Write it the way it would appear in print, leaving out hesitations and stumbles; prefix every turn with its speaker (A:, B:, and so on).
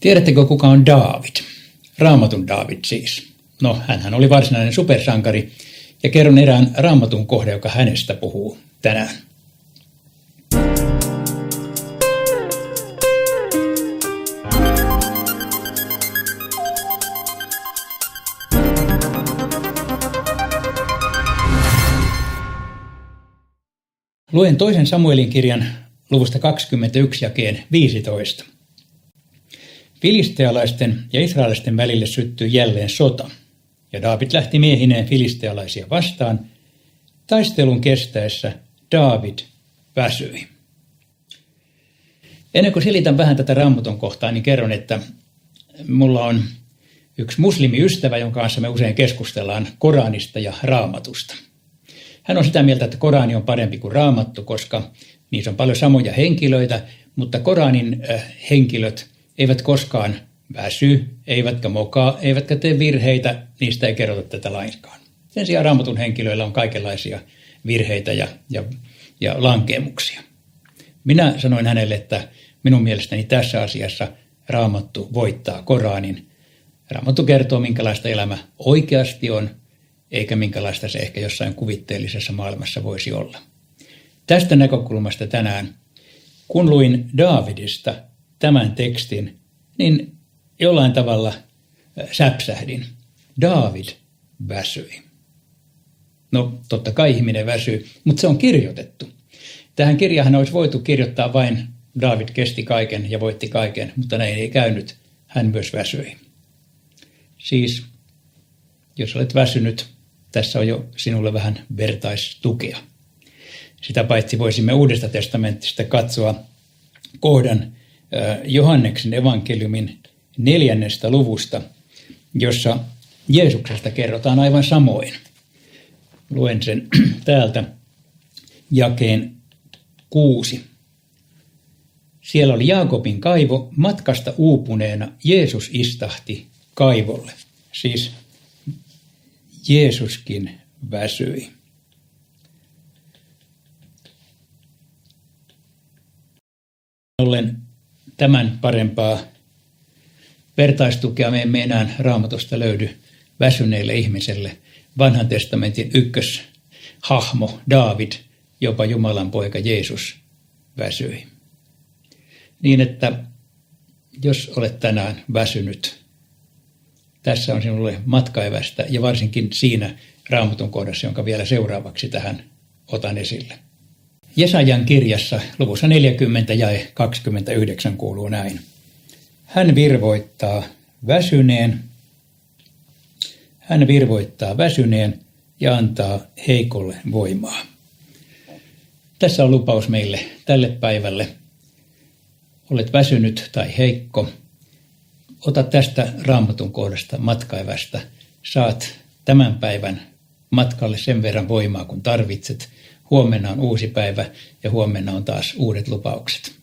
A: Tiedättekö, kuka on Daavid? Raamatun Daavid siis. No, hänhän oli varsinainen supersankari, ja kerron erään raamatun kohde, joka hänestä puhuu tänään. Luen toisen Samuelin kirjan luvusta 21 jakeen 15. Filistealaisten ja israelaisten välille syttyi jälleen sota, ja Daavid lähti miehineen filistealaisia vastaan. Taistelun kestäessä Daavid väsyi. Ennen kuin selitän vähän tätä raamatun kohtaa, niin kerron, että mulla on yksi muslimiystävä, jonka kanssa me usein keskustellaan Koranista ja Raamatusta. Hän on sitä mieltä, että Korani on parempi kuin Raamattu, koska niissä on paljon samoja henkilöitä, mutta Koranin henkilöt eivät koskaan väsy, eivätkä mokaa, eivätkä tee virheitä, niistä ei kerrota tätä lainkaan. Sen sijaan Raamatun henkilöillä on kaikenlaisia virheitä ja lankeemuksia. Minä sanoin hänelle, että minun mielestäni tässä asiassa Raamattu voittaa Koranin. Raamattu kertoo, minkälaista elämä oikeasti on, eikä minkälaista se ehkä jossain kuvitteellisessa maailmassa voisi olla. Tästä näkökulmasta tänään, kun luin Daavidista tämän tekstin, niin jollain tavalla säpsähdin. Daavid väsyi. No, totta kai ihminen väsyy, mutta se on kirjoitettu. Tähän kirjahan olisi voitu kirjoittaa vain Daavid kesti kaiken ja voitti kaiken, mutta näin ei käynyt. Hän myös väsyi. Siis, jos olet väsynyt, tässä on jo sinulle vähän vertaistukea. Sitä paitsi voisimme Uudesta testamentista katsoa kohdan Johanneksen evankeliumin 4. luvusta, jossa Jeesuksesta kerrotaan aivan samoin. Luen sen täältä jakeen 6. Siellä oli Jaakobin kaivo, matkasta uupuneena Jeesus istahti kaivolle. Siis Jeesuskin väsyi. Ollen tämän parempaa vertaistukea me emme enää Raamatusta löydy väsyneelle ihmiselle. Vanhan testamentin ykköshahmo Daavid, jopa Jumalan poika Jeesus, väsyi. Niin että jos olet tänään väsynyt, tässä on sinulle matkaevästä ja varsinkin siinä Raamatun kohdassa, jonka vielä seuraavaksi tähän otan esille. Jesajan kirjassa luvussa 40 jae 29 kuuluu näin. Hän virvoittaa väsyneen ja antaa heikolle voimaa. Tässä on lupaus meille tälle päivälle. Olet väsynyt tai heikko. Ota tästä Raamatun kohdasta matkaevästä. Saat tämän päivän matkalle sen verran voimaa, kun tarvitset. Huomenna on uusi päivä ja huomenna on taas uudet lupaukset.